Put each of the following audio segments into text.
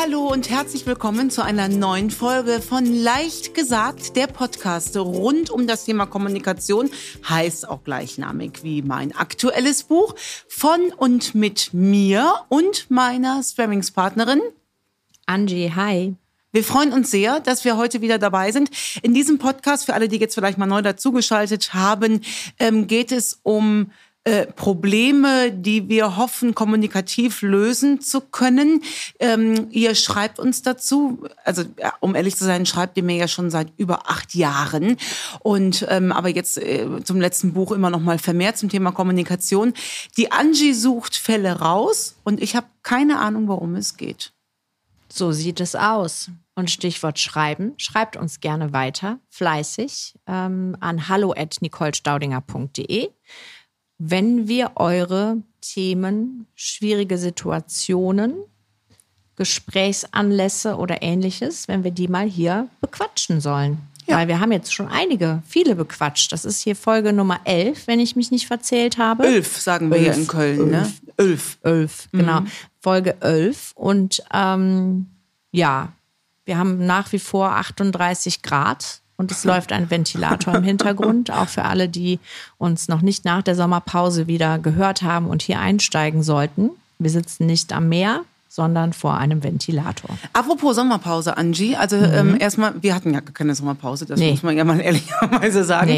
Hallo und herzlich willkommen zu einer neuen Folge von Leicht gesagt, der Podcast rund um das Thema Kommunikation, heißt auch gleichnamig wie mein aktuelles Buch, von und mit mir und meiner Sparringspartnerin Angie, hi. Wir freuen uns sehr, dass wir heute wieder dabei sind. In diesem Podcast, für alle, die jetzt vielleicht mal neu dazugeschaltet haben, geht es um Probleme, die wir hoffen, kommunikativ lösen zu können. Ihr schreibt uns dazu, also um ehrlich zu sein, schreibt ihr mir ja schon seit über 8 Jahren. Und aber jetzt zum letzten Buch immer noch mal vermehrt zum Thema Kommunikation. Die Angie sucht Fälle raus und ich habe keine Ahnung, worum es geht. So sieht es aus. Und Stichwort Schreiben. Schreibt uns gerne weiter, fleißig, an hallo@nicolestaudinger.de. Wenn wir eure Themen, schwierige Situationen, Gesprächsanlässe oder Ähnliches, wenn wir die mal hier bequatschen sollen. Ja. Weil wir haben jetzt schon viele bequatscht. Das ist hier Folge Nummer 11, wenn ich mich nicht verzählt habe. 11 sagen wir hier in Köln, ne? 11, genau. Folge 11. Und ja, wir haben nach wie vor 38 Grad. Und es läuft ein Ventilator im Hintergrund, auch für alle, die uns noch nicht nach der Sommerpause wieder gehört haben und hier einsteigen sollten. Wir sitzen nicht am Meer, sondern vor einem Ventilator. Apropos Sommerpause, Angie, also erstmal, wir hatten ja keine Sommerpause, das muss man ja mal ehrlicherweise sagen.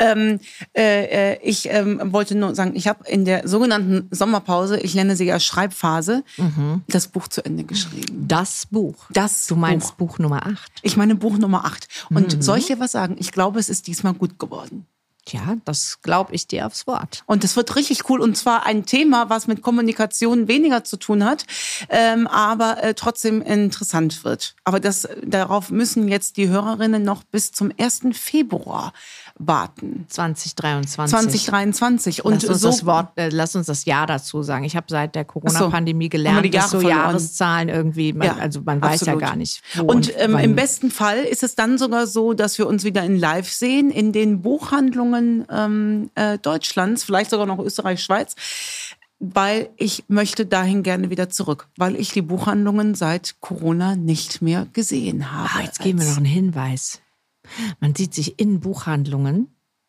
Ich wollte nur sagen, ich habe in der sogenannten Sommerpause, ich nenne sie ja Schreibphase, das Buch zu Ende geschrieben. Das Buch? Du meinst Buch Nummer 8? Ich meine Buch Nummer 8. Und soll ich dir was sagen? Ich glaube, es ist diesmal gut geworden. Ja, das glaube ich dir aufs Wort. Und das wird richtig cool. Und zwar ein Thema, was mit Kommunikation weniger zu tun hat, aber trotzdem interessant wird. Aber darauf müssen jetzt die Hörerinnen noch bis zum 1. Februar warten. 2023. Und lass uns das Jahr dazu sagen. Ich habe seit der Corona-Pandemie gelernt, dass so Jahreszahlen irgendwie, man weiß ja gar nicht. Und im besten Fall ist es dann sogar so, dass wir uns wieder in Live sehen, in den Buchhandlungen Deutschlands, vielleicht sogar noch Österreich, Schweiz, weil ich möchte dahin gerne wieder zurück, weil ich die Buchhandlungen seit Corona nicht mehr gesehen habe. Jetzt geben wir noch einen Hinweis. Man sieht sich in Buchhandlungen,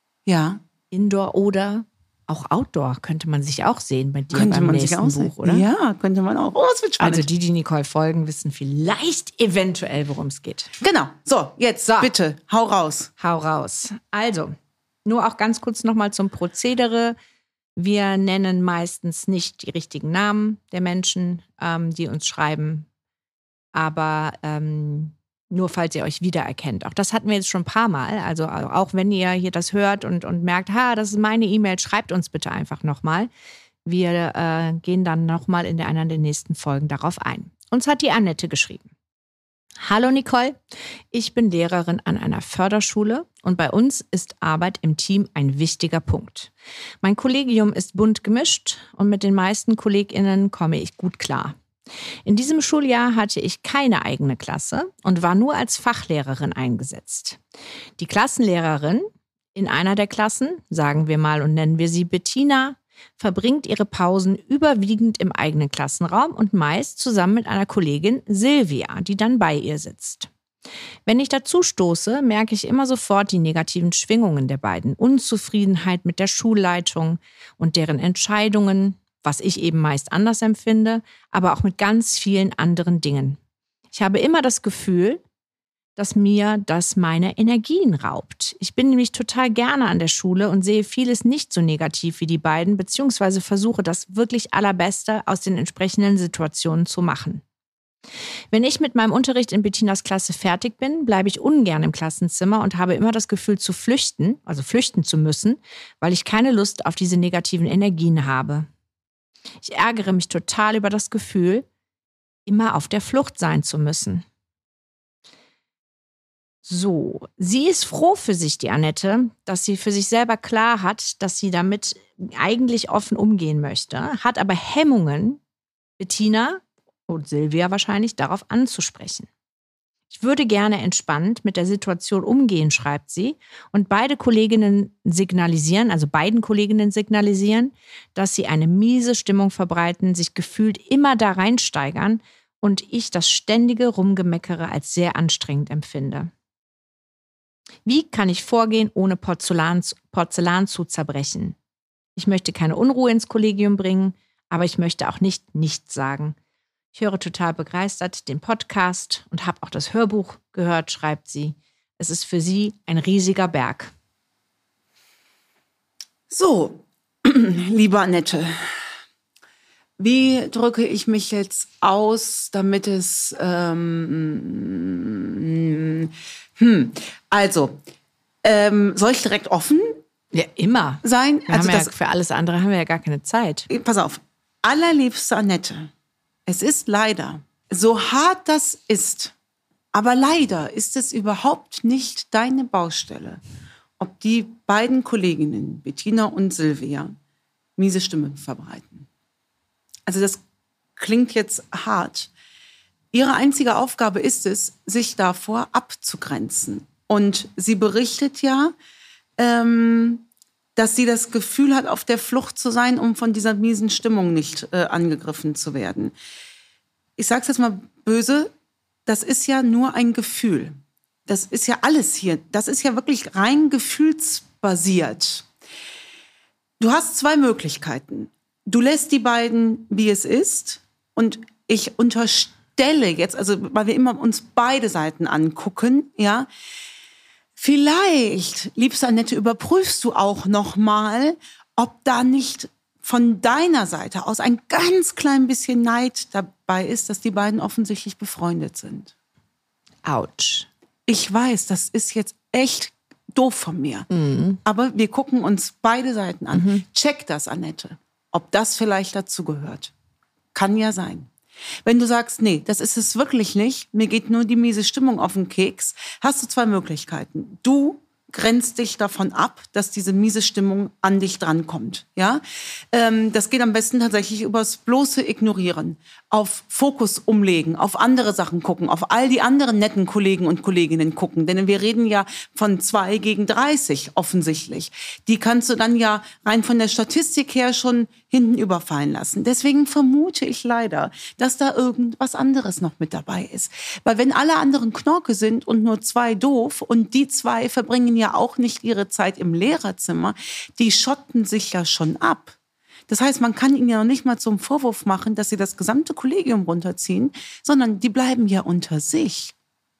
Indoor oder auch Outdoor könnte man sich auch sehen bei dir beim nächsten Buch, oder? Ja, könnte man auch. Oh, es wird spannend. Also die Nicole folgen, wissen vielleicht eventuell, worum es geht. Genau. So, jetzt bitte, hau raus. Hau raus. Also, nur auch ganz kurz nochmal zum Prozedere. Wir nennen meistens nicht die richtigen Namen der Menschen, die uns schreiben. Aber nur falls ihr euch wiedererkennt. Auch das hatten wir jetzt schon ein paar Mal. Also auch wenn ihr hier das hört und merkt, das ist meine E-Mail, schreibt uns bitte einfach nochmal. Wir gehen dann nochmal in einer der nächsten Folgen darauf ein. Uns hat die Annette geschrieben. Hallo Nicole, ich bin Lehrerin an einer Förderschule und bei uns ist Arbeit im Team ein wichtiger Punkt. Mein Kollegium ist bunt gemischt und mit den meisten KollegInnen komme ich gut klar. In diesem Schuljahr hatte ich keine eigene Klasse und war nur als Fachlehrerin eingesetzt. Die Klassenlehrerin in einer der Klassen, sagen wir mal und nennen wir sie Bettina, verbringt ihre Pausen überwiegend im eigenen Klassenraum und meist zusammen mit einer Kollegin Silvia, die dann bei ihr sitzt. Wenn ich dazu stoße, merke ich immer sofort die negativen Schwingungen der beiden. Unzufriedenheit mit der Schulleitung und deren Entscheidungen, was ich eben meist anders empfinde, aber auch mit ganz vielen anderen Dingen. Ich habe immer das Gefühl, dass mir das meine Energien raubt. Ich bin nämlich total gerne an der Schule und sehe vieles nicht so negativ wie die beiden, beziehungsweise versuche das wirklich Allerbeste aus den entsprechenden Situationen zu machen. Wenn ich mit meinem Unterricht in Bettinas Klasse fertig bin, bleibe ich ungern im Klassenzimmer und habe immer das Gefühl zu flüchten, also flüchten zu müssen, weil ich keine Lust auf diese negativen Energien habe. Ich ärgere mich total über das Gefühl, immer auf der Flucht sein zu müssen. So, sie ist froh für sich, die Annette, dass sie für sich selber klar hat, dass sie damit eigentlich offen umgehen möchte, hat aber Hemmungen, Bettina und Silvia wahrscheinlich darauf anzusprechen. Ich würde gerne entspannt mit der Situation umgehen, schreibt sie, und beiden Kolleginnen signalisieren, dass sie eine miese Stimmung verbreiten, sich gefühlt immer da reinsteigern und ich das ständige Rumgemeckere als sehr anstrengend empfinde. Wie kann ich vorgehen, ohne Porzellan zu zerbrechen? Ich möchte keine Unruhe ins Kollegium bringen, aber ich möchte auch nicht nichts sagen. Ich höre total begeistert den Podcast und habe auch das Hörbuch gehört, schreibt sie. Es ist für sie ein riesiger Berg. So, liebe Annette, wie drücke ich mich jetzt aus, damit es... soll ich direkt offen Ja, immer sein? Für alles andere haben wir ja gar keine Zeit. Pass auf, allerliebste Annette, es ist leider, so hart das ist, aber leider ist es überhaupt nicht deine Baustelle, ob die beiden Kolleginnen, Bettina und Silvia, miese Stimme verbreiten. Also das klingt jetzt hart. Ihre einzige Aufgabe ist es, sich davor abzugrenzen. Und sie berichtet ja, dass sie das Gefühl hat, auf der Flucht zu sein, um von dieser miesen Stimmung nicht angegriffen zu werden. Ich sage es jetzt mal böse, das ist ja nur ein Gefühl. Das ist ja alles hier. Das ist ja wirklich rein gefühlsbasiert. Du hast zwei Möglichkeiten. Du lässt die beiden, wie es ist, und ich unterstelle jetzt, also weil wir immer uns beide Seiten angucken, ja, vielleicht, liebste Annette, überprüfst du auch noch mal, ob da nicht von deiner Seite aus ein ganz klein bisschen Neid dabei ist, dass die beiden offensichtlich befreundet sind. Autsch. Ich weiß, das ist jetzt echt doof von mir. Mhm. Aber wir gucken uns beide Seiten an. Mhm. Check das, Annette, ob das vielleicht dazu gehört. Kann ja sein. Wenn du sagst, nee, das ist es wirklich nicht, mir geht nur die miese Stimmung auf den Keks, hast du zwei Möglichkeiten. Du grenzt dich davon ab, dass diese miese Stimmung an dich drankommt. Ja? Das geht am besten tatsächlich übers bloße Ignorieren, auf Fokus umlegen, auf andere Sachen gucken, auf all die anderen netten Kollegen und Kolleginnen gucken. Denn wir reden ja von 2 gegen 30 offensichtlich. Die kannst du dann ja rein von der Statistik her schon hinten überfallen lassen. Deswegen vermute ich leider, dass da irgendwas anderes noch mit dabei ist. Weil wenn alle anderen Knorke sind und nur 2 doof und die 2 verbringen ja auch nicht ihre Zeit im Lehrerzimmer, die schotten sich ja schon ab. Das heißt, man kann ihnen ja noch nicht mal zum Vorwurf machen, dass sie das gesamte Kollegium runterziehen, sondern die bleiben ja unter sich.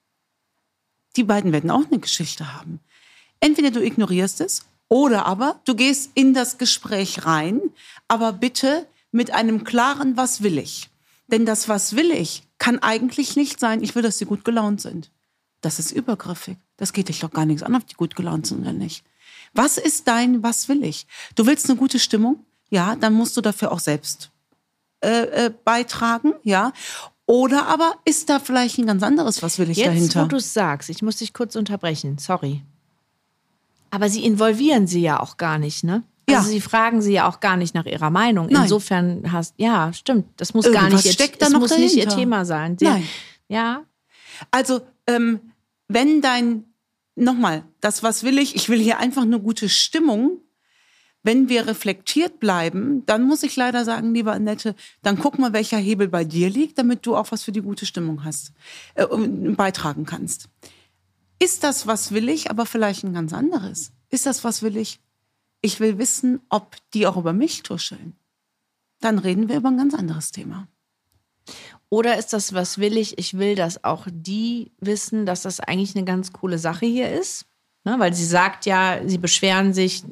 Die beiden werden auch eine Geschichte haben. Entweder du ignorierst es oder aber du gehst in das Gespräch rein, aber bitte mit einem klaren Was will ich? Denn das Was will ich kann eigentlich nicht sein, ich will, dass sie gut gelaunt sind. Das ist übergriffig. Das geht dich doch gar nichts an, ob die gut gelaunt sind oder nicht. Was ist dein Was will ich? Du willst eine gute Stimmung? Ja, dann musst du dafür auch selbst beitragen, ja. Oder aber ist da vielleicht ein ganz anderes Was will ich dahinter? Jetzt, wo du es sagst, ich muss dich kurz unterbrechen, sorry. Aber sie involvieren sie ja auch gar nicht, ne? Ja. Also sie fragen sie ja auch gar nicht nach ihrer Meinung. Nein. Insofern ja, stimmt. Das muss Irgendwas gar nicht steckt da noch muss dahinter. nicht ihr Thema sein. Nein. Ja. Also, wenn nochmal, das Was will ich will hier einfach eine gute Stimmung. Wenn wir reflektiert bleiben, dann muss ich leider sagen, liebe Annette, dann guck mal, welcher Hebel bei dir liegt, damit du auch was für die gute Stimmung hast, beitragen kannst. Ist das Was will ich, aber vielleicht ein ganz anderes? Ist das Was will ich? Ich will wissen, ob die auch über mich tuscheln. Dann reden wir über ein ganz anderes Thema. Oder ist das Was will ich? Ich will, dass auch die wissen, dass das eigentlich eine ganz coole Sache hier ist. Ne? Weil sie sagt ja, sie beschweren sich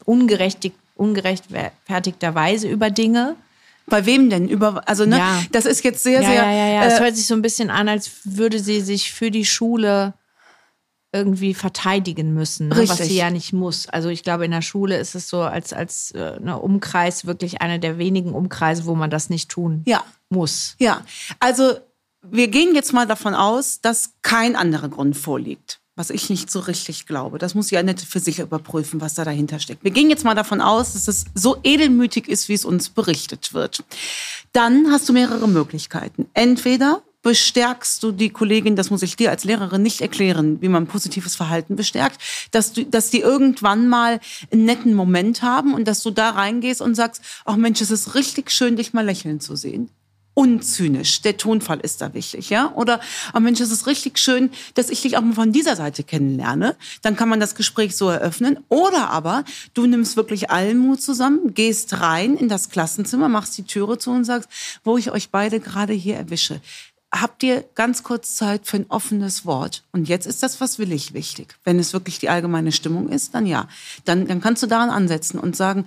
ungerechtfertigterweise über Dinge. Bei wem denn? Ja. Das ist jetzt sehr. Es hört sich so ein bisschen an, als würde sie sich für die Schule irgendwie verteidigen müssen, ne? Was sie ja nicht muss. Also ich glaube, in der Schule ist es so als Umkreis wirklich einer der wenigen Umkreise, wo man das nicht tun muss. Ja, also wir gehen jetzt mal davon aus, dass kein anderer Grund vorliegt, was ich nicht so richtig glaube. Das muss die Annette für sich überprüfen, was da dahinter steckt. Wir gehen jetzt mal davon aus, dass es so edelmütig ist, wie es uns berichtet wird. Dann hast du mehrere Möglichkeiten. Entweder bestärkst du die Kollegin, das muss ich dir als Lehrerin nicht erklären, wie man positives Verhalten bestärkt, dass die irgendwann mal einen netten Moment haben und dass du da reingehst und sagst, ach Mensch, es ist richtig schön, dich mal lächeln zu sehen. unzynisch. Der Tonfall ist da wichtig, ja? Oder, oh Mensch, es ist richtig schön, dass ich dich auch mal von dieser Seite kennenlerne. Dann kann man das Gespräch so eröffnen. Oder aber, du nimmst wirklich allen Mut zusammen, gehst rein in das Klassenzimmer, machst die Türe zu und sagst, wo ich euch beide gerade hier erwische. Habt ihr ganz kurz Zeit für ein offenes Wort? Und jetzt ist das, was will ich, wichtig. Wenn es wirklich die allgemeine Stimmung ist, dann ja. Dann kannst du daran ansetzen und sagen,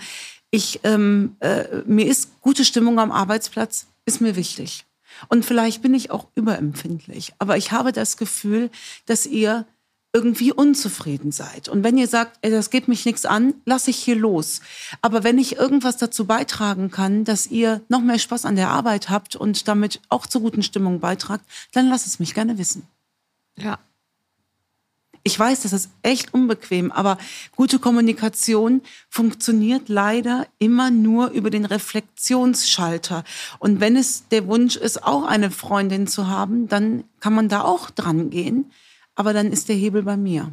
mir ist gute Stimmung am Arbeitsplatz, ist mir wichtig. Und vielleicht bin ich auch überempfindlich. Aber ich habe das Gefühl, dass ihr irgendwie unzufrieden seid. Und wenn ihr sagt, das geht mich nichts an, lasse ich hier los. Aber wenn ich irgendwas dazu beitragen kann, dass ihr noch mehr Spaß an der Arbeit habt und damit auch zur guten Stimmung beitragt, dann lasst es mich gerne wissen. Ja. Ich weiß, das ist echt unbequem, aber gute Kommunikation funktioniert leider immer nur über den Reflexionsschalter. Und wenn es der Wunsch ist, auch eine Freundin zu haben, dann kann man da auch dran gehen. Aber dann ist der Hebel bei mir.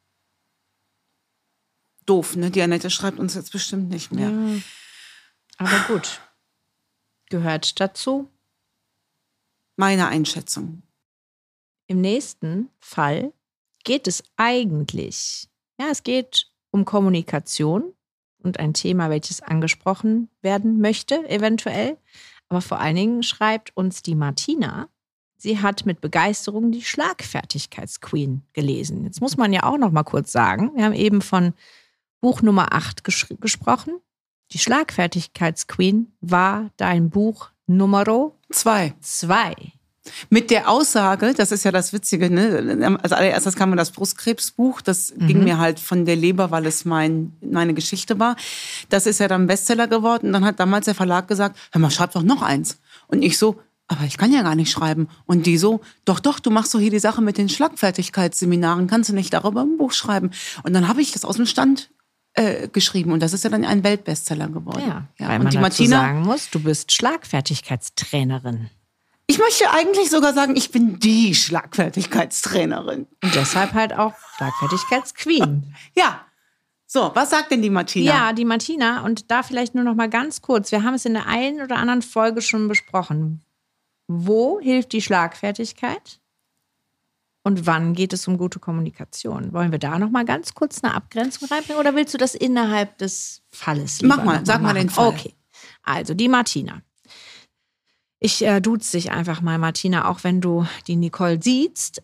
Doof, ne? Die Annette schreibt uns jetzt bestimmt nicht mehr. Ja, aber gut. Gehört dazu. Meine Einschätzung. Im nächsten Fall geht es eigentlich, es geht um Kommunikation und ein Thema, welches angesprochen werden möchte, eventuell. Aber vor allen Dingen schreibt uns die Martina, sie hat mit Begeisterung die Schlagfertigkeitsqueen gelesen. Jetzt muss man ja auch noch mal kurz sagen, wir haben eben von Buch Nummer 8 gesprochen. Die Schlagfertigkeitsqueen war dein Buch Nummer 2. Mit der Aussage, das ist ja das Witzige, ne? Als allererstes kam mir das Brustkrebsbuch, das ging mir halt von der Leber, weil es meine Geschichte war. Das ist ja dann Bestseller geworden. Und dann hat damals der Verlag gesagt, hör mal, schreib doch noch eins. Und ich so, aber ich kann ja gar nicht schreiben. Und die so, doch, du machst doch hier die Sache mit den Schlagfertigkeitsseminaren, kannst du nicht darüber ein Buch schreiben? Und dann habe ich das aus dem Stand geschrieben. Und das ist ja dann ein Weltbestseller geworden. Ja, weil und man die dazu Martina sagen muss, du bist Schlagfertigkeitstrainerin. Ich möchte eigentlich sogar sagen, ich bin die Schlagfertigkeitstrainerin. Und deshalb halt auch Schlagfertigkeitsqueen. Ja. So, was sagt denn die Martina? Ja, die Martina, und da vielleicht nur noch mal ganz kurz. Wir haben es in der einen oder anderen Folge schon besprochen. Wo hilft die Schlagfertigkeit? Und wann geht es um gute Kommunikation? Wollen wir da noch mal ganz kurz eine Abgrenzung reinbringen oder willst du das innerhalb des Falles Mach mal, sag mal den Fall. Okay, also die Martina. Ich duze dich einfach mal, Martina, auch wenn du die Nicole siehst.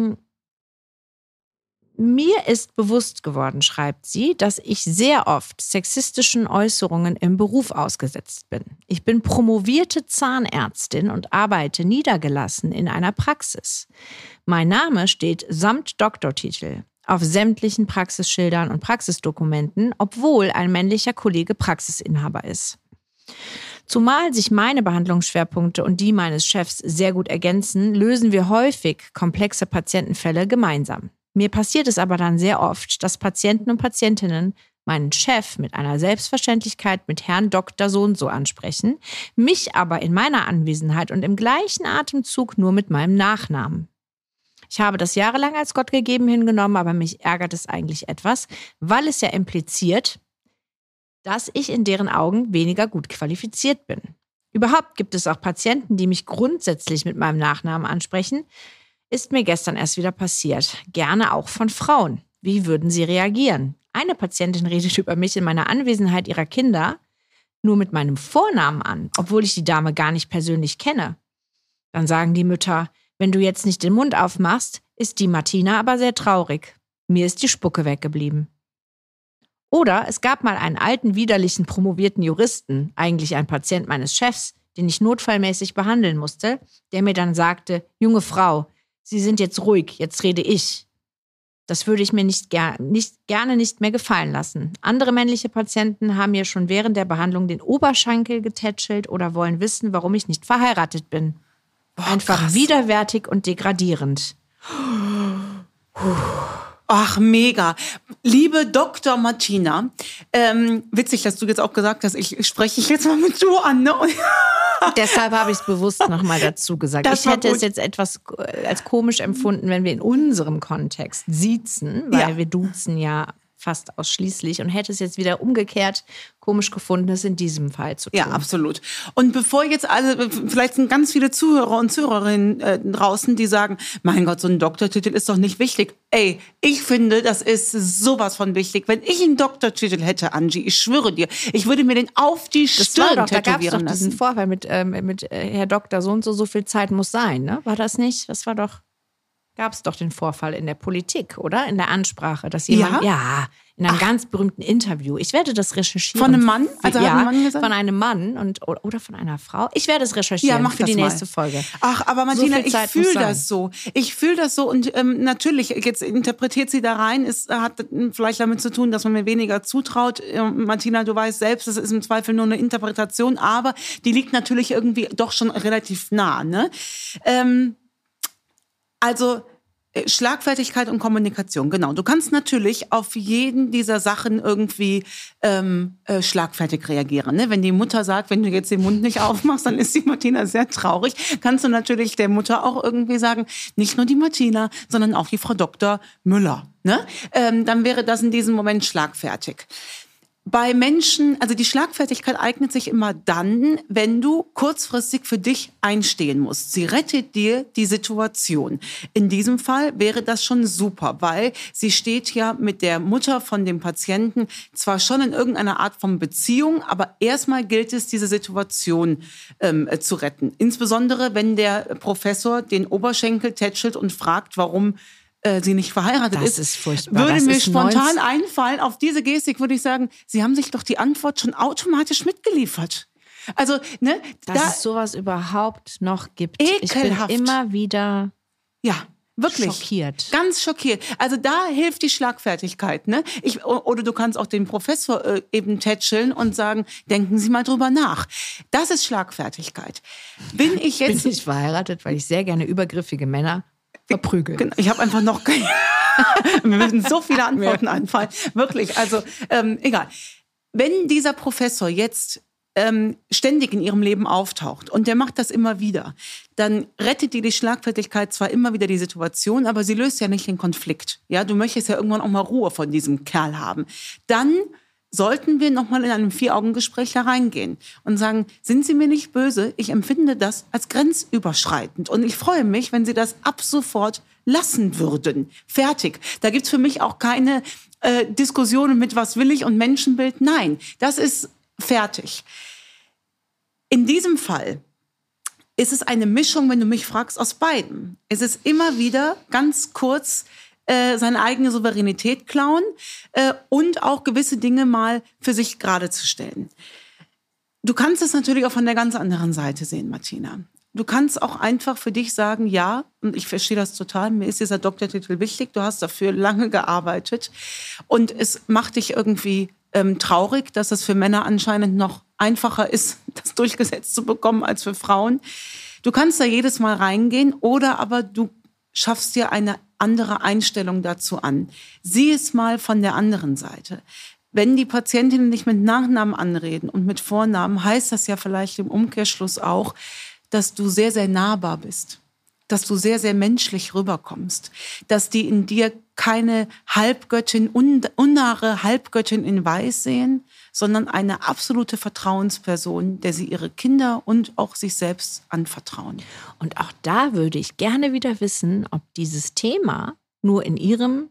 Mir ist bewusst geworden, schreibt sie, dass ich sehr oft sexistischen Äußerungen im Beruf ausgesetzt bin. Ich bin promovierte Zahnärztin und arbeite niedergelassen in einer Praxis. Mein Name steht samt Doktortitel auf sämtlichen Praxisschildern und Praxisdokumenten, obwohl ein männlicher Kollege Praxisinhaber ist. Zumal sich meine Behandlungsschwerpunkte und die meines Chefs sehr gut ergänzen, lösen wir häufig komplexe Patientenfälle gemeinsam. Mir passiert es aber dann sehr oft, dass Patienten und Patientinnen meinen Chef mit einer Selbstverständlichkeit mit Herrn Dr. so und so ansprechen, mich aber in meiner Anwesenheit und im gleichen Atemzug nur mit meinem Nachnamen. Ich habe das jahrelang als Gott gegeben hingenommen, aber mich ärgert es eigentlich etwas, weil es ja impliziert, dass ich in deren Augen weniger gut qualifiziert bin. Überhaupt gibt es auch Patienten, die mich grundsätzlich mit meinem Nachnamen ansprechen. Ist mir gestern erst wieder passiert. Gerne auch von Frauen. Wie würden sie reagieren? Eine Patientin redet über mich in meiner Anwesenheit ihrer Kinder nur mit meinem Vornamen an, obwohl ich die Dame gar nicht persönlich kenne. Dann sagen die Mütter, wenn du jetzt nicht den Mund aufmachst, ist die Martina aber sehr traurig. Mir ist die Spucke weggeblieben. Oder es gab mal einen alten, widerlichen, promovierten Juristen, eigentlich ein Patient meines Chefs, den ich notfallmäßig behandeln musste, der mir dann sagte, junge Frau, Sie sind jetzt ruhig, jetzt rede ich. Das würde ich mir gerne nicht mehr gefallen lassen. Andere männliche Patienten haben mir schon während der Behandlung den Oberschenkel getätschelt oder wollen wissen, warum ich nicht verheiratet bin. Boah, einfach krass. Widerwärtig und degradierend. Ach, mega. Liebe Dr. Martina, witzig, dass du jetzt auch gesagt hast, ich spreche dich jetzt mal mit du an, ne? Deshalb habe ich es bewusst nochmal dazu gesagt. Das Ich war hätte gut. es jetzt etwas als komisch empfunden, wenn wir in unserem Kontext siezen, weil Ja. wir duzen ja fast ausschließlich und hätte es jetzt wieder umgekehrt komisch gefunden, es in diesem Fall zu tun. Ja, absolut. Und bevor jetzt alle, vielleicht sind ganz viele Zuhörer und Zuhörerinnen draußen, die sagen, mein Gott, so ein Doktortitel ist doch nicht wichtig. Ey, ich finde, das ist sowas von wichtig. Wenn ich einen Doktortitel hätte, Angie, ich schwöre dir, ich würde mir den auf die Stirn tätowieren lassen. Da gab es doch diesen Vorfall mit Herr Doktor, so und so viel Zeit muss sein, ne? War das nicht? Das war doch... Gab es doch den Vorfall in der Politik, oder? In der Ansprache, dass jemand, in einem ganz berühmten Interview. Ich werde das recherchieren. Von einem Mann? Also hat ein Mann gesagt? Von einem Mann oder von einer Frau. Ich werde es recherchieren für die nächste Folge. Ach, aber Martina, ich fühle das so. Ich fühle das so und natürlich, jetzt interpretiert sie da rein, es hat vielleicht damit zu tun, dass man mir weniger zutraut. Martina, du weißt selbst, das ist im Zweifel nur eine Interpretation, aber die liegt natürlich irgendwie doch schon relativ nah, ne? Also Schlagfertigkeit und Kommunikation, genau. Du kannst natürlich auf jeden dieser Sachen irgendwie schlagfertig reagieren. Ne? Wenn die Mutter sagt, wenn du jetzt den Mund nicht aufmachst, dann ist die Martina sehr traurig. Kannst du natürlich der Mutter auch irgendwie sagen, nicht nur die Martina, sondern auch die Frau Dr. Müller. Ne? Dann wäre das in diesem Moment schlagfertig. Bei Menschen, also die Schlagfertigkeit eignet sich immer dann, wenn du kurzfristig für dich einstehen musst. Sie rettet dir die Situation. In diesem Fall wäre das schon super, weil sie steht ja mit der Mutter von dem Patienten zwar schon in irgendeiner Art von Beziehung, aber erstmal gilt es, diese Situation zu retten. Insbesondere, wenn der Professor den Oberschenkel tätschelt und fragt, warum sie nicht verheiratet ist. Das ist furchtbar. Würde mir spontan einfallen, auf diese Gestik würde ich sagen, Sie haben sich doch die Antwort schon automatisch mitgeliefert. Also, ne? Dass es sowas überhaupt noch gibt. Ekelhaft. Ich bin immer wieder wirklich schockiert. Ganz schockiert. Also da hilft die Schlagfertigkeit. Ne? Oder du kannst auch den Professor eben tätscheln und sagen, denken Sie mal drüber nach. Das ist Schlagfertigkeit. Bin ich verheiratet, weil ich sehr gerne übergriffige Männer verprügeln. Genau, ich habe einfach noch keine. Mir müssen so viele Antworten einfallen. Wirklich, also egal. Wenn dieser Professor jetzt ständig in ihrem Leben auftaucht und der macht das immer wieder, dann rettet die Schlagfertigkeit zwar immer wieder die Situation, aber sie löst ja nicht den Konflikt. Ja, du möchtest ja irgendwann auch mal Ruhe von diesem Kerl haben. Dann sollten wir nochmal in einem 4-Augen-Gespräch hereingehen und sagen, sind Sie mir nicht böse? Ich empfinde das als grenzüberschreitend. Und ich freue mich, wenn Sie das ab sofort lassen würden. Fertig. Da gibt's für mich auch keine Diskussionen mit was will ich und Menschenbild. Nein, das ist fertig. In diesem Fall ist es eine Mischung, wenn du mich fragst, aus beiden. Es ist immer wieder ganz kurz seine eigene Souveränität klauen und auch gewisse Dinge mal für sich gerade zu stellen. Du kannst es natürlich auch von der ganz anderen Seite sehen, Martina. Du kannst auch einfach für dich sagen, ja, und ich verstehe das total, mir ist dieser Doktortitel wichtig, du hast dafür lange gearbeitet und es macht dich irgendwie traurig, dass es für Männer anscheinend noch einfacher ist, das durchgesetzt zu bekommen als für Frauen. Du kannst da jedes Mal reingehen oder aber du schaffst dir eine andere Einstellung dazu an. Sieh es mal von der anderen Seite. Wenn die Patientinnen dich mit Nachnamen anreden und mit Vornamen, heißt das ja vielleicht im Umkehrschluss auch, dass du sehr, sehr nahbar bist, dass du sehr, sehr menschlich rüberkommst, dass die in dir keine Halbgöttin, unnahe Halbgöttin in Weiß sehen, sondern eine absolute Vertrauensperson, der sie ihre Kinder und auch sich selbst anvertrauen. Und auch da würde ich gerne wieder wissen, ob dieses Thema nur in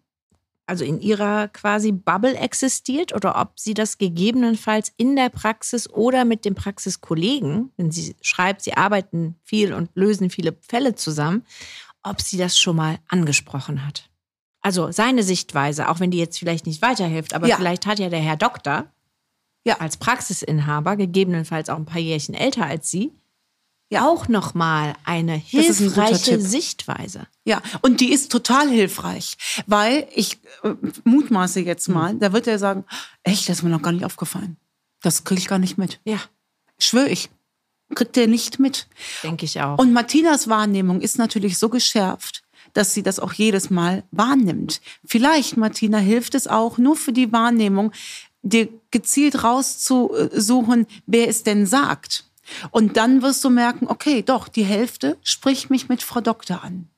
ihrer quasi Bubble existiert oder ob sie das gegebenenfalls in der Praxis oder mit dem Praxiskollegen, wenn sie schreibt, sie arbeiten viel und lösen viele Fälle zusammen, ob sie das schon mal angesprochen hat. Also seine Sichtweise, auch wenn die jetzt vielleicht nicht weiterhilft, aber vielleicht hat ja der Herr Doktor als Praxisinhaber, gegebenenfalls auch ein paar Jährchen älter als sie, auch nochmal eine hilfreiche Sichtweise. Ja, und die ist total hilfreich, weil ich mutmaße jetzt mal, da wird er sagen, echt, das ist mir noch gar nicht aufgefallen. Das kriege ich gar nicht mit. Ja. Schwöre ich. Kriegt er nicht mit. Denke ich auch. Und Martinas Wahrnehmung ist natürlich so geschärft, dass sie das auch jedes Mal wahrnimmt. Vielleicht, Martina, hilft es auch nur für die Wahrnehmung, dir gezielt rauszusuchen, wer es denn sagt. Und dann wirst du merken, okay, doch, die Hälfte spricht mich mit Frau Doktor an.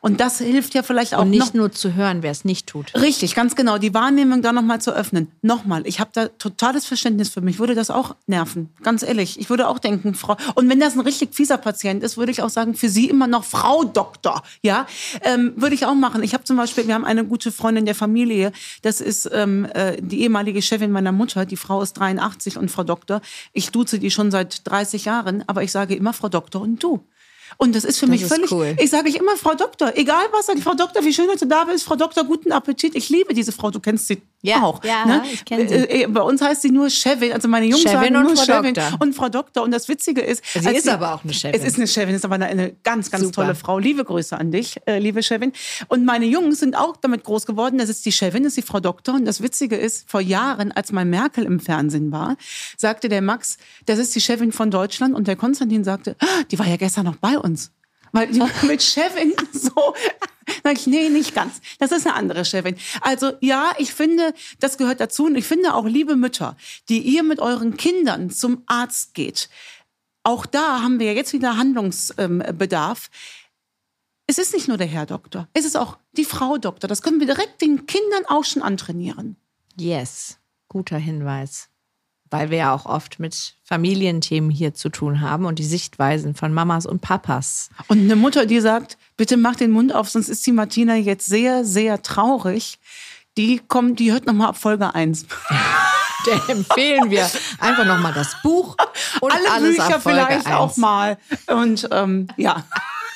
Und das hilft ja vielleicht auch Und nicht noch. nur zu hören, wer es nicht tut. Richtig, ganz genau. Die Wahrnehmung da nochmal zu öffnen. Nochmal, ich habe da totales Verständnis für mich. Würde das auch nerven, ganz ehrlich. Ich würde auch denken, Frau. Und wenn das ein richtig fieser Patient ist, würde ich auch sagen, für Sie immer noch Frau Doktor. Ja, würde ich auch machen. Ich habe zum Beispiel, wir haben eine gute Freundin der Familie. Das ist die ehemalige Chefin meiner Mutter. Die Frau ist 83 und Frau Doktor. Ich duze die schon seit 30 Jahren, aber ich sage immer Frau Doktor und du. Und das ist für mich völlig, cool. Ich sage immer Frau Doktor, egal was, sage ich, Frau Doktor, wie schön, dass du da bist, Frau Doktor, guten Appetit. Ich liebe diese Frau, du kennst sie auch. Ja, ne? Ich kenne sie. Bei uns heißt sie nur Chefin, also meine Jungs Chefin sagen und nur Frau Chefin Doktor. und Frau Doktor. Und das Witzige ist... Sie ist aber auch eine Chefin. Es ist eine Chefin, ist aber eine ganz, ganz Super. tolle Frau. Liebe Grüße an dich, liebe Chefin. Und meine Jungs sind auch damit groß geworden, das ist die Chefin, das ist die Frau Doktor. Und das Witzige ist, vor Jahren, als mal Merkel im Fernsehen war, sagte der Max, das ist die Chefin von Deutschland. Und der Konstantin sagte, die war ja gestern noch bei uns. Weil die mit Chefin so, sag ich, nee, nicht ganz. Das ist eine andere Chefin. Also ja, ich finde, das gehört dazu. Und ich finde auch, liebe Mütter, die ihr mit euren Kindern zum Arzt geht, auch da haben wir ja jetzt wieder Handlungsbedarf. Es ist nicht nur der Herr Doktor, es ist auch die Frau Doktor. Das können wir direkt den Kindern auch schon antrainieren. Yes, guter Hinweis. Weil wir ja auch oft mit Familienthemen hier zu tun haben und die Sichtweisen von Mamas und Papas. Und eine Mutter, die sagt, bitte mach den Mund auf, sonst ist die Martina jetzt sehr, sehr traurig. Die hört nochmal ab Folge 1. Der empfehlen wir einfach nochmal das Buch und alle alles Bücher ab Folge vielleicht 1. auch mal. Und ja.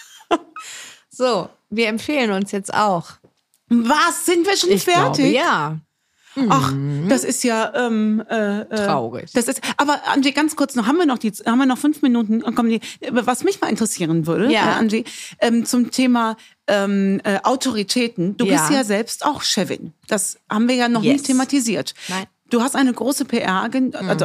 So, wir empfehlen uns jetzt auch. Was, sind wir schon Ich fertig? glaube, ja. Ach, das ist ja Traurig. Das ist, aber Angie, ganz kurz noch, haben wir noch 5 Minuten? Was mich mal interessieren würde, Ja. Angie, zum Thema Autoritäten. Du bist ja selbst auch Chefin. Das haben wir ja noch nie thematisiert. Nein. Du hast eine große PR-Agentur, also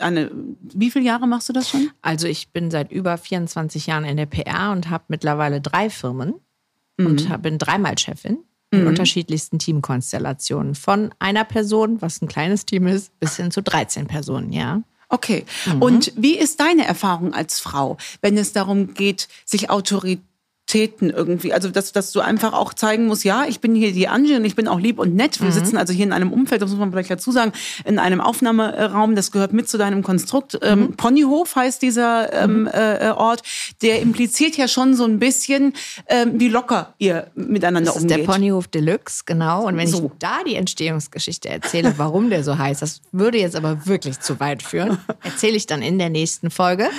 wie viele Jahre machst du das schon? Also ich bin seit über 24 Jahren in der PR und habe mittlerweile 3 Firmen und bin 3-mal Chefin. In unterschiedlichsten Teamkonstellationen. Von einer Person, was ein kleines Team ist, bis hin zu 13 Personen, ja. Okay. Und wie ist deine Erfahrung als Frau, wenn es darum geht, sich Autoritäten irgendwie, also dass du einfach auch zeigen musst, ja, ich bin hier die Angie und ich bin auch lieb und nett. Wir sitzen also hier in einem Umfeld, das muss man vielleicht dazu sagen, in einem Aufnahmeraum, das gehört mit zu deinem Konstrukt. Ponyhof heißt dieser Ort, der impliziert ja schon so ein bisschen, wie locker ihr miteinander umgeht. Das ist der Ponyhof Deluxe, genau. Und wenn So. ich da die Entstehungsgeschichte erzähle, warum der so heißt, das würde jetzt aber wirklich zu weit führen, erzähle ich dann in der nächsten Folge.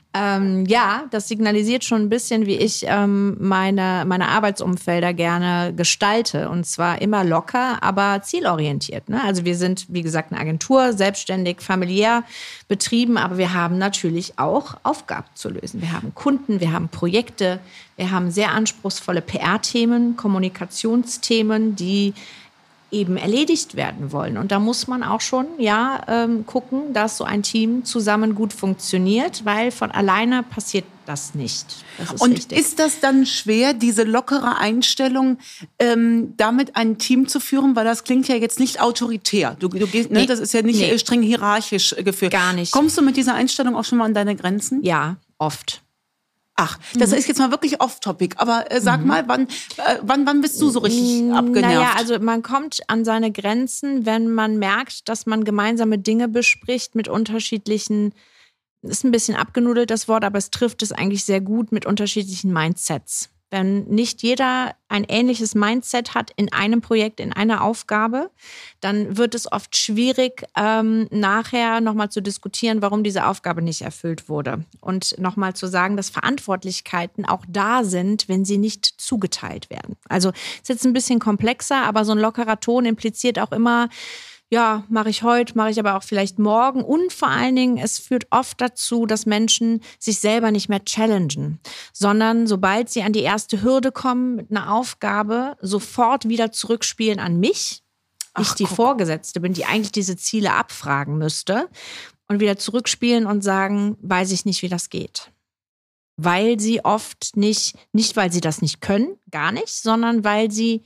Ja, das signalisiert schon ein bisschen, wie ich meine Arbeitsumfelder gerne gestalte. Und zwar immer locker, aber zielorientiert. Ne? Also wir sind, wie gesagt, eine Agentur, selbstständig, familiär betrieben, aber wir haben natürlich auch Aufgaben zu lösen. Wir haben Kunden, wir haben Projekte, wir haben sehr anspruchsvolle PR-Themen, Kommunikationsthemen, die eben erledigt werden wollen. Und da muss man auch schon gucken, dass so ein Team zusammen gut funktioniert, weil von alleine passiert das nicht. Das ist und richtig. ist das dann schwer, diese lockere Einstellung, damit ein Team zu führen? Weil das klingt ja jetzt nicht autoritär. Du gehst, ne? Nee. Das ist ja nicht streng hierarchisch geführt. Gar nicht. Kommst du mit dieser Einstellung auch schon mal an deine Grenzen? Ja, oft. Ach, das ist jetzt mal wirklich off-topic. Aber sag mal, wann bist du so richtig abgenervt? Naja, also man kommt an seine Grenzen, wenn man merkt, dass man gemeinsame Dinge bespricht mit unterschiedlichen, ist ein bisschen abgenudelt das Wort, aber es trifft es eigentlich sehr gut, mit unterschiedlichen Mindsets. Wenn nicht jeder ein ähnliches Mindset hat in einem Projekt, in einer Aufgabe, dann wird es oft schwierig, nachher nochmal zu diskutieren, warum diese Aufgabe nicht erfüllt wurde. Und nochmal zu sagen, dass Verantwortlichkeiten auch da sind, wenn sie nicht zugeteilt werden. Also ist jetzt ein bisschen komplexer, aber so ein lockerer Ton impliziert auch immer, ja, mache ich heute, mache ich aber auch vielleicht morgen. Und vor allen Dingen, es führt oft dazu, dass Menschen sich selber nicht mehr challengen, sondern sobald sie an die erste Hürde kommen mit einer Aufgabe, sofort wieder zurückspielen an mich. Ich die Vorgesetzte bin, die eigentlich diese Ziele abfragen müsste. Und wieder zurückspielen und sagen, weiß ich nicht, wie das geht. Weil sie oft nicht weil sie das nicht können, gar nicht, sondern weil sie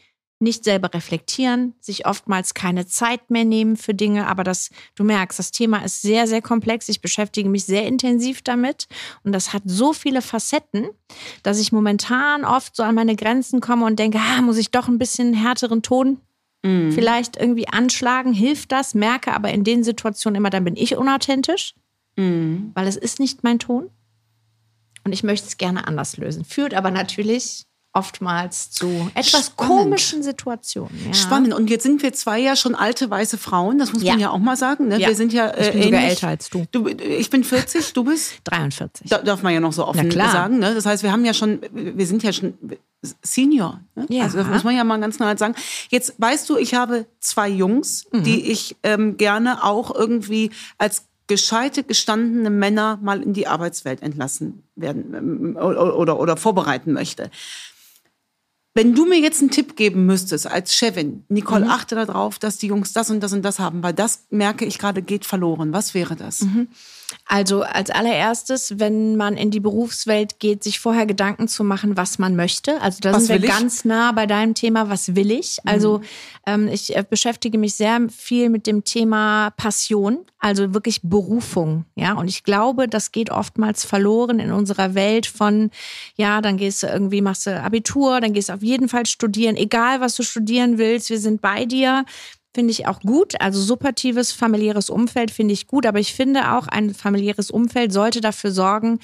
nicht selber reflektieren, sich oftmals keine Zeit mehr nehmen für Dinge. Aber du merkst, das Thema ist sehr, sehr komplex. Ich beschäftige mich sehr intensiv damit. Und das hat so viele Facetten, dass ich momentan oft so an meine Grenzen komme und denke, muss ich doch ein bisschen härteren Ton vielleicht irgendwie anschlagen? Hilft das? Merke aber in den Situationen immer, dann bin ich unauthentisch, weil es ist nicht mein Ton. Und ich möchte es gerne anders lösen. Führt aber natürlich oftmals zu etwas komischen Situationen. Ja. Spannend. Und jetzt sind wir zwei ja schon alte, weiße Frauen. Das muss man ja auch mal sagen. Ne? Ja. Wir sind ja ich bin ähnlich. sogar älter als du. Ich bin 40, du bist? 43. Darf man ja noch so offen sagen. Ne? Das heißt, wir sind ja schon Senior. Ne? Ja. Also das muss man ja mal ganz klar sagen. Jetzt weißt du, ich habe 2 Jungs, die ich gerne auch irgendwie als gescheite, gestandene Männer mal in die Arbeitswelt entlassen werden oder vorbereiten möchte. Wenn du mir jetzt einen Tipp geben müsstest als Chefin, Nicole, achte darauf, dass die Jungs das und das und das haben, weil das, merke ich gerade, geht verloren. Was wäre das? Also als allererstes, wenn man in die Berufswelt geht, sich vorher Gedanken zu machen, was man möchte. Also da sind wir ganz nah bei deinem Thema, was will ich? Also ich beschäftige mich sehr viel mit dem Thema Passion, also wirklich Berufung. Ja, und ich glaube, das geht oftmals verloren in unserer Welt von, dann gehst du irgendwie, machst du Abitur, dann gehst du auf jeden Fall studieren, egal was du studieren willst, wir sind bei dir. Finde ich auch gut. Also supportives familiäres Umfeld finde ich gut. Aber ich finde auch, ein familiäres Umfeld sollte dafür sorgen,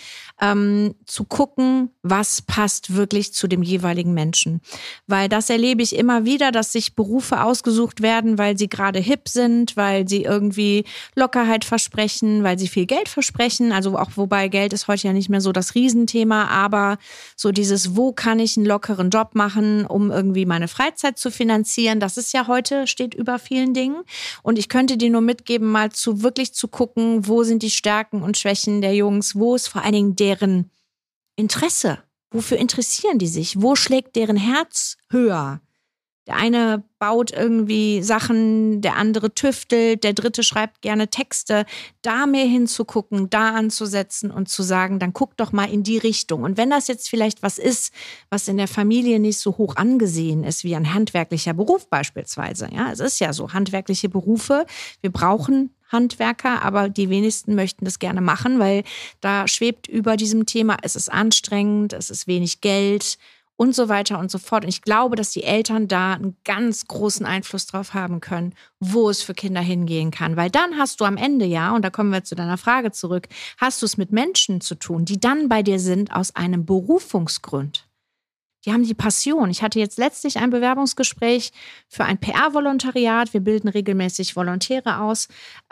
zu gucken, was passt wirklich zu dem jeweiligen Menschen. Weil das erlebe ich immer wieder, dass sich Berufe ausgesucht werden, weil sie gerade hip sind, weil sie irgendwie Lockerheit versprechen, weil sie viel Geld versprechen. Also auch, wobei Geld ist heute ja nicht mehr so das Riesenthema, aber so dieses, wo kann ich einen lockeren Job machen, um irgendwie meine Freizeit zu finanzieren, das ist ja heute, steht über vielen Dingen. Und ich könnte dir nur mitgeben, mal wirklich zu gucken, wo sind die Stärken und Schwächen der Jungs, wo ist vor allen Dingen deren Interesse, wofür interessieren die sich, wo schlägt deren Herz höher. Der eine baut irgendwie Sachen, der andere tüftelt, der dritte schreibt gerne Texte. Da mehr hinzugucken, da anzusetzen und zu sagen, dann guck doch mal in die Richtung. Und wenn das jetzt vielleicht was ist, was in der Familie nicht so hoch angesehen ist, wie ein handwerklicher Beruf beispielsweise. Ja, es ist ja so, handwerkliche Berufe. Wir brauchen Handwerker, aber die wenigsten möchten das gerne machen, weil da schwebt über diesem Thema, es ist anstrengend, es ist wenig Geld und so weiter und so fort. Und ich glaube, dass die Eltern da einen ganz großen Einfluss drauf haben können, wo es für Kinder hingehen kann. Weil dann hast du am Ende, und da kommen wir zu deiner Frage zurück, hast du es mit Menschen zu tun, die dann bei dir sind aus einem Berufungsgrund. Die haben die Passion. Ich hatte jetzt letztlich ein Bewerbungsgespräch für ein PR-Volontariat. Wir bilden regelmäßig Volontäre aus.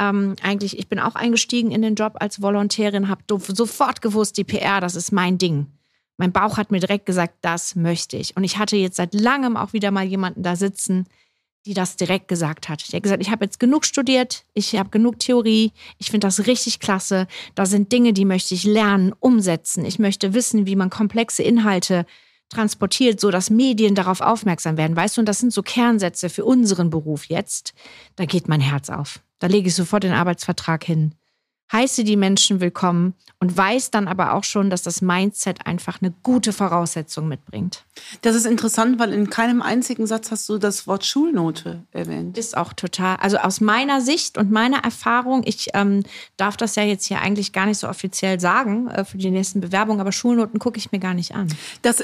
Ich bin auch eingestiegen in den Job als Volontärin, habe sofort gewusst, die PR, das ist mein Ding. Mein Bauch hat mir direkt gesagt, das möchte ich. Und ich hatte jetzt seit langem auch wieder mal jemanden da sitzen, die das direkt gesagt hat. Die hat gesagt, ich habe jetzt genug studiert, ich habe genug Theorie, ich finde das richtig klasse. Da sind Dinge, die möchte ich lernen, umsetzen. Ich möchte wissen, wie man komplexe Inhalte transportiert, so dass Medien darauf aufmerksam werden. Weißt du, und das sind so Kernsätze für unseren Beruf jetzt. Da geht mein Herz auf. Da lege ich sofort den Arbeitsvertrag hin. Heiße die Menschen willkommen und weiß dann aber auch schon, dass das Mindset einfach eine gute Voraussetzung mitbringt. Das ist interessant, weil in keinem einzigen Satz hast du das Wort Schulnote erwähnt. Ist auch total, also aus meiner Sicht und meiner Erfahrung, ich darf das ja jetzt hier eigentlich gar nicht so offiziell sagen für die nächsten Bewerbungen, aber Schulnoten gucke ich mir gar nicht an.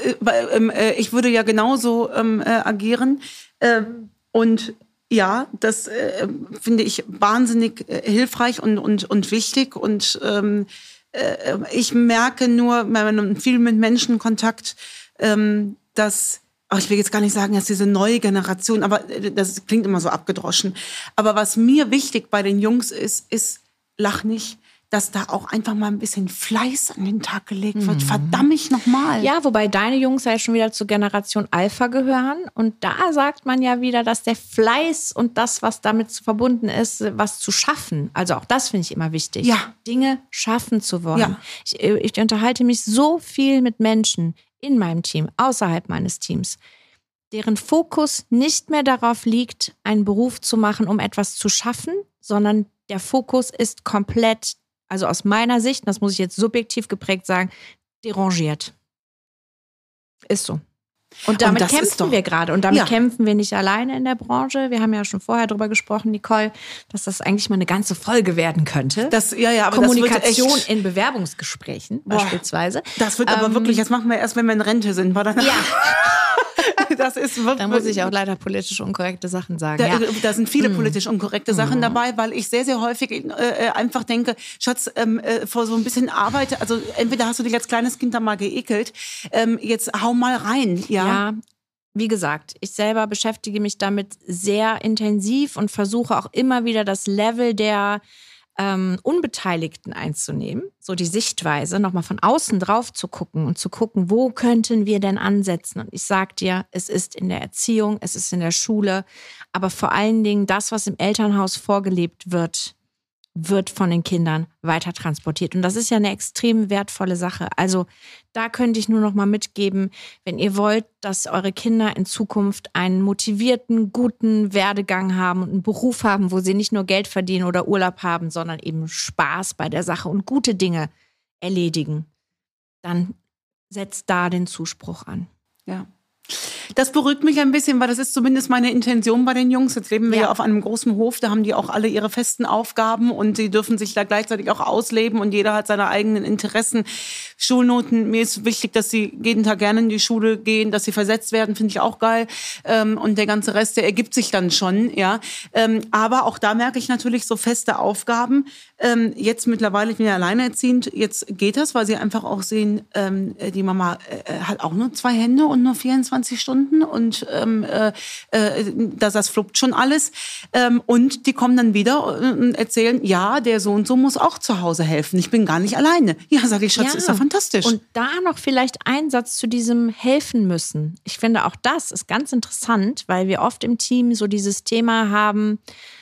Ich würde ja genauso agieren und ja, das finde ich wahnsinnig hilfreich und wichtig. Und ich merke nur, wenn man viel mit Menschen Kontakt, dass, ich will jetzt gar nicht sagen, dass diese neue Generation, aber das klingt immer so abgedroschen. Aber was mir wichtig bei den Jungs ist, lach nicht, dass da auch einfach mal ein bisschen Fleiß an den Tag gelegt wird. Verdammt nochmal. Ja, wobei deine Jungs ja schon wieder zur Generation Alpha gehören. Und da sagt man ja wieder, dass der Fleiß und das, was damit verbunden ist, was zu schaffen, also auch das finde ich immer wichtig, Dinge schaffen zu wollen. Ja. Ich unterhalte mich so viel mit Menschen in meinem Team, außerhalb meines Teams, deren Fokus nicht mehr darauf liegt, einen Beruf zu machen, um etwas zu schaffen, sondern der Fokus ist komplett, also aus meiner Sicht, das muss ich jetzt subjektiv geprägt sagen, derangiert. Ist so. Und damit kämpfen wir gerade. Und damit kämpfen wir nicht alleine in der Branche. Wir haben ja schon vorher drüber gesprochen, Nicole, dass das eigentlich mal eine ganze Folge werden könnte. Aber Kommunikation das wird in Bewerbungsgesprächen beispielsweise. Das wird aber wirklich, das machen wir erst, wenn wir in Rente sind. Weil dann das ist wirklich, da muss ich auch leider politisch unkorrekte Sachen sagen. Da sind viele politisch unkorrekte Sachen dabei, weil ich sehr, sehr häufig einfach denke, Schatz, vor so ein bisschen Arbeit, also entweder hast du dich als kleines Kind da mal geekelt, jetzt hau mal rein. Ja, wie gesagt, ich selber beschäftige mich damit sehr intensiv und versuche auch immer wieder das Level der Unbeteiligten einzunehmen, so die Sichtweise, nochmal von außen drauf zu gucken und zu gucken, wo könnten wir denn ansetzen? Und ich sag dir, es ist in der Erziehung, es ist in der Schule, aber vor allen Dingen das, was im Elternhaus vorgelebt wird von den Kindern weiter transportiert. Und das ist ja eine extrem wertvolle Sache. Also da könnte ich nur noch mal mitgeben, wenn ihr wollt, dass eure Kinder in Zukunft einen motivierten, guten Werdegang haben und einen Beruf haben, wo sie nicht nur Geld verdienen oder Urlaub haben, sondern eben Spaß bei der Sache und gute Dinge erledigen, dann setzt da den Zuspruch an. Ja. Das beruhigt mich ein bisschen, weil das ist zumindest meine Intention bei den Jungs. Jetzt leben wir ja auf einem großen Hof, da haben die auch alle ihre festen Aufgaben und sie dürfen sich da gleichzeitig auch ausleben und jeder hat seine eigenen Interessen. Schulnoten, mir ist wichtig, dass sie jeden Tag gerne in die Schule gehen, dass sie versetzt werden, finde ich auch geil. Und der ganze Rest, der ergibt sich dann schon, ja. Aber auch da merke ich natürlich so feste Aufgaben. Jetzt mittlerweile, ich bin ja alleinerziehend, jetzt geht das, weil sie einfach auch sehen, die Mama hat auch nur 2 Hände und nur 24 Stunden und das fluppt schon alles. Und die kommen dann wieder und erzählen, ja, der so und so muss auch zu Hause helfen. Ich bin gar nicht alleine. Ja, sage ich, Schatz, ist ja fantastisch. Und da noch vielleicht ein Satz zu diesem helfen müssen. Ich finde auch das ist ganz interessant, weil wir oft im Team so dieses Thema haben,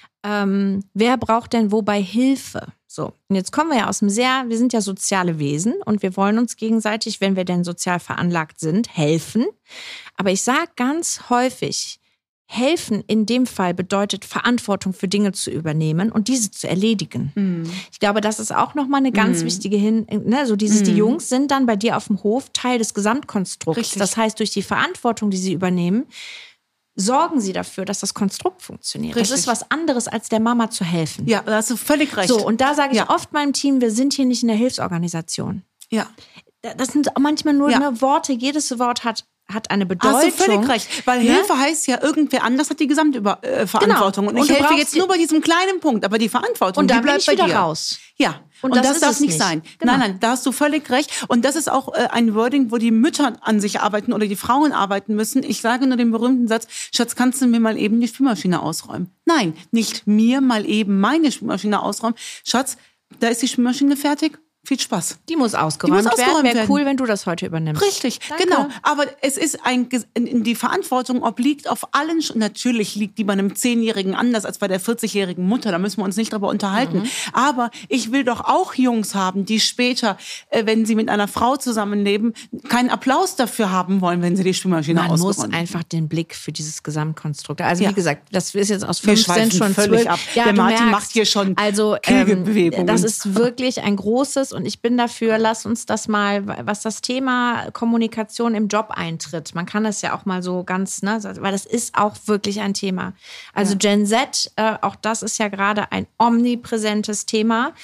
wer braucht denn wobei Hilfe? So, und jetzt kommen wir ja wir sind ja soziale Wesen und wir wollen uns gegenseitig, wenn wir denn sozial veranlagt sind, helfen. Aber ich sage ganz häufig, helfen in dem Fall bedeutet, Verantwortung für Dinge zu übernehmen und diese zu erledigen. Ich glaube, das ist auch nochmal eine ganz wichtige die Jungs sind dann bei dir auf dem Hof Teil des Gesamtkonstrukts. Richtig. Das heißt, durch die Verantwortung, die sie übernehmen, sorgen sie dafür, dass das Konstrukt funktioniert. Richtig. Das ist was anderes, als der Mama zu helfen. Ja, da hast du völlig recht. So, und da sage ich oft meinem Team, wir sind hier nicht in der Hilfsorganisation. Ja. Das sind manchmal nur Worte. Jedes Wort hat eine Bedeutung. Hast du völlig recht, weil Hilfe heißt ja, irgendwer anders hat die Gesamtverantwortung. Genau. Und ich helfe jetzt nur bei diesem kleinen Punkt, aber die Verantwortung, die bleibt bei dir. Raus. Ja, und das darf nicht sein. Genau. Nein, da hast du völlig recht. Und das ist auch ein Wording, wo die Mütter an sich arbeiten oder die Frauen arbeiten müssen. Ich sage nur den berühmten Satz, Schatz, kannst du mir mal eben die Spülmaschine ausräumen? Nein, nicht mir mal eben meine Spülmaschine ausräumen. Schatz, da ist die Spülmaschine fertig. Viel Spaß. Die muss ausgeräumt werden. Wäre cool, wenn du das heute übernimmst. Richtig, genau. Aber es ist die Verantwortung obliegt auf allen. Natürlich liegt die bei einem 10-Jährigen anders als bei der 40-jährigen Mutter. Da müssen wir uns nicht drüber unterhalten. Aber ich will doch auch Jungs haben, die später, wenn sie mit einer Frau zusammenleben, keinen Applaus dafür haben wollen, wenn sie die Spülmaschine ausräumen. Man muss einfach den Blick für dieses Gesamtkonstrukt. Also wie gesagt, das ist jetzt aus 15 schon völlig 12. Ab. Ja, der Martin macht hier schon Kegelbewegungen. Das ist wirklich ein großes und ich bin dafür, lass uns das mal, was das Thema Kommunikation im Job eintritt. Man kann das ja auch mal so ganz, weil das ist auch wirklich ein Thema. Also Gen Z, auch das ist ja gerade ein omnipräsentes Thema.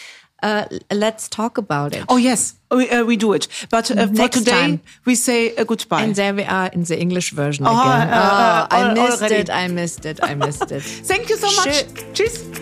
Let's talk about it. Oh yes, we do it. But for today, we say goodbye. And there we are in the English version again. I missed it. Thank you so much. Tschüss.